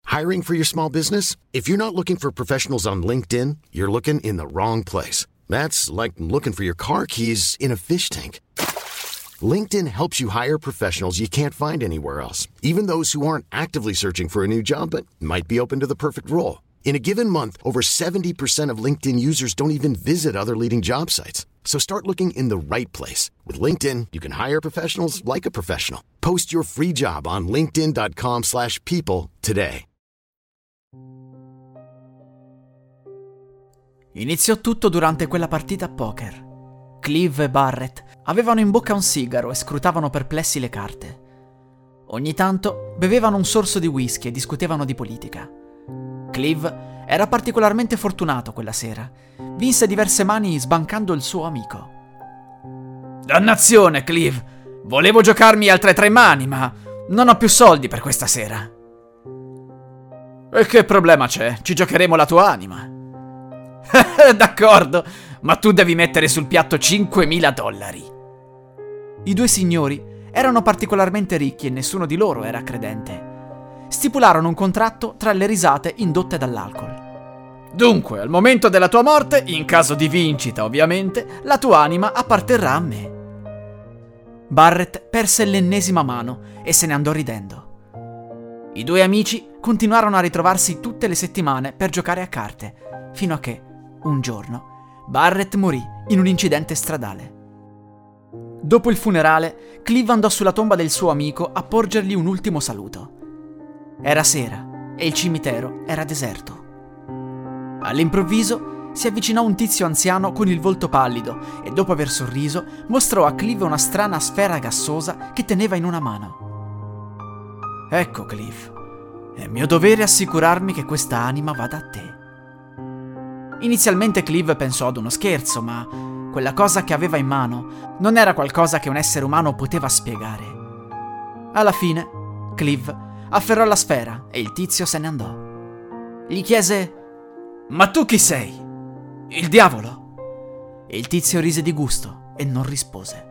Hiring for your small business? If you're not looking for professionals on LinkedIn, you're looking in the wrong place. That's like looking for your car keys in a fish tank. LinkedIn helps you hire professionals you can't find anywhere else, even those who aren't actively searching for a new job but might be open to the perfect role. In a given month, over 70% of LinkedIn users don't even visit other leading job sites. So start looking in the right place. With LinkedIn, you can hire professionals like a professional. Post your free job on linkedin.com/people today. Iniziò tutto durante quella partita a poker. Clive e Barrett avevano in bocca un sigaro e scrutavano perplessi le carte. Ogni tanto bevevano un sorso di whisky e discutevano di politica. Clive era particolarmente fortunato quella sera. Vinse diverse mani sbancando il suo amico. Dannazione, Clive! Volevo giocarmi altre 3 mani, ma non ho più soldi per questa sera. E che problema c'è? Ci giocheremo la tua anima. D'accordo, ma tu devi mettere sul piatto $5.000. I due signori erano particolarmente ricchi e nessuno di loro era credente. Stipularono un contratto tra le risate indotte dall'alcol. Dunque, al momento della tua morte, in caso di vincita ovviamente, la tua anima apparterrà a me. Barrett perse l'ennesima mano e se ne andò ridendo. I due amici continuarono a ritrovarsi tutte le settimane per giocare a carte, fino a che, un giorno, Barrett morì in un incidente stradale. Dopo il funerale, Clive andò sulla tomba del suo amico a porgergli un ultimo saluto. Era sera e il cimitero era deserto. All'improvviso si avvicinò un tizio anziano con il volto pallido e dopo aver sorriso mostrò a Clive una strana sfera gassosa che teneva in una mano. Ecco, Clive, è mio dovere assicurarmi che questa anima vada a te. Inizialmente Clive pensò ad uno scherzo, ma quella cosa che aveva in mano non era qualcosa che un essere umano poteva spiegare. Alla fine, Clive afferrò la sfera e il tizio se ne andò. Gli chiese: «Ma tu chi sei? Il diavolo?» E il tizio rise di gusto e non rispose.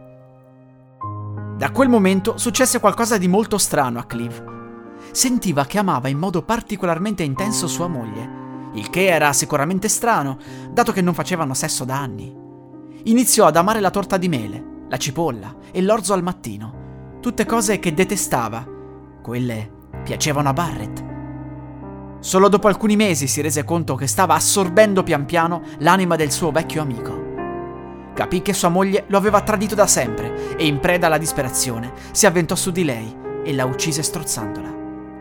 Da quel momento successe qualcosa di molto strano a Clive. Sentiva che amava in modo particolarmente intenso sua moglie, il che era sicuramente strano, dato che non facevano sesso da anni. Iniziò ad amare la torta di mele, la cipolla e l'orzo al mattino, tutte cose che detestava. Quelle piacevano a Barrett. Solo dopo alcuni mesi si rese conto che stava assorbendo pian piano l'anima del suo vecchio amico. Capì che sua moglie lo aveva tradito da sempre e in preda alla disperazione si avventò su di lei e la uccise strozzandola.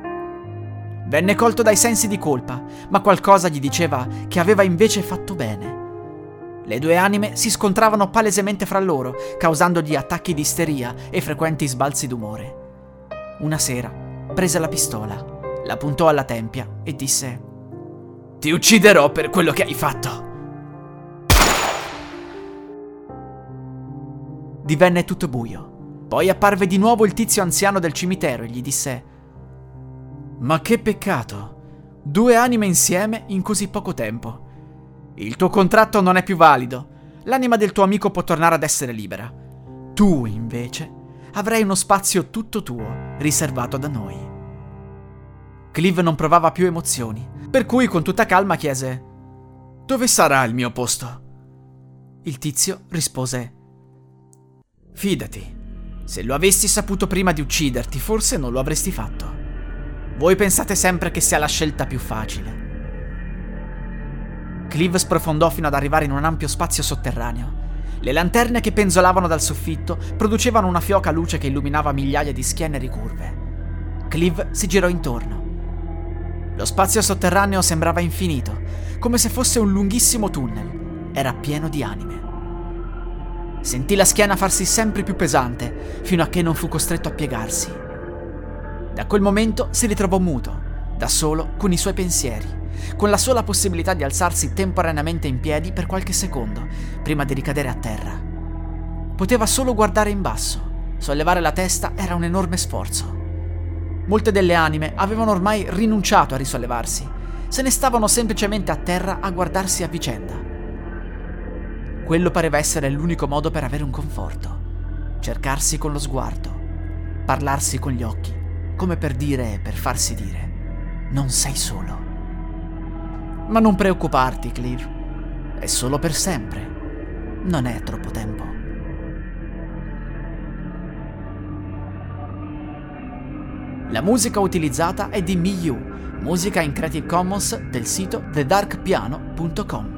Venne colto dai sensi di colpa, ma qualcosa gli diceva che aveva invece fatto bene. Le due anime si scontravano palesemente fra loro, causandogli attacchi di isteria e frequenti sbalzi d'umore. Una sera prese la pistola, la puntò alla tempia e disse: «Ti ucciderò per quello che hai fatto!» Divenne tutto buio. Poi apparve di nuovo il tizio anziano del cimitero e gli disse: «Ma che peccato! 2 anime insieme in così poco tempo. Il tuo contratto non è più valido. L'anima del tuo amico può tornare ad essere libera. Tu, invece, avrai uno spazio tutto tuo, riservato da noi». Clive non provava più emozioni, per cui con tutta calma chiese: «Dove sarà il mio posto?» Il tizio rispose: «Fidati, se lo avessi saputo prima di ucciderti, forse non lo avresti fatto. Voi pensate sempre che sia la scelta più facile». Clive sprofondò fino ad arrivare in un ampio spazio sotterraneo. Le lanterne che penzolavano dal soffitto producevano una fioca luce che illuminava migliaia di schiene ricurve. Clive si girò intorno. Lo spazio sotterraneo sembrava infinito, come se fosse un lunghissimo tunnel. Era pieno di anime. Sentì la schiena farsi sempre più pesante, fino a che non fu costretto a piegarsi. Da quel momento si ritrovò muto, da solo con i suoi pensieri, con la sola possibilità di alzarsi temporaneamente in piedi per qualche secondo, prima di ricadere a terra. Poteva solo guardare in basso. Sollevare la testa era un enorme sforzo. Molte delle anime avevano ormai rinunciato a risollevarsi. Se ne stavano semplicemente a terra a guardarsi a vicenda. Quello pareva essere l'unico modo per avere un conforto. Cercarsi con lo sguardo, parlarsi con gli occhi, come per dire e per farsi dire: non sei solo. Ma non preoccuparti, Clive. È solo per sempre. Non è troppo tempo. La musica utilizzata è di Miyu, musica in Creative Commons del sito thedarkpiano.com.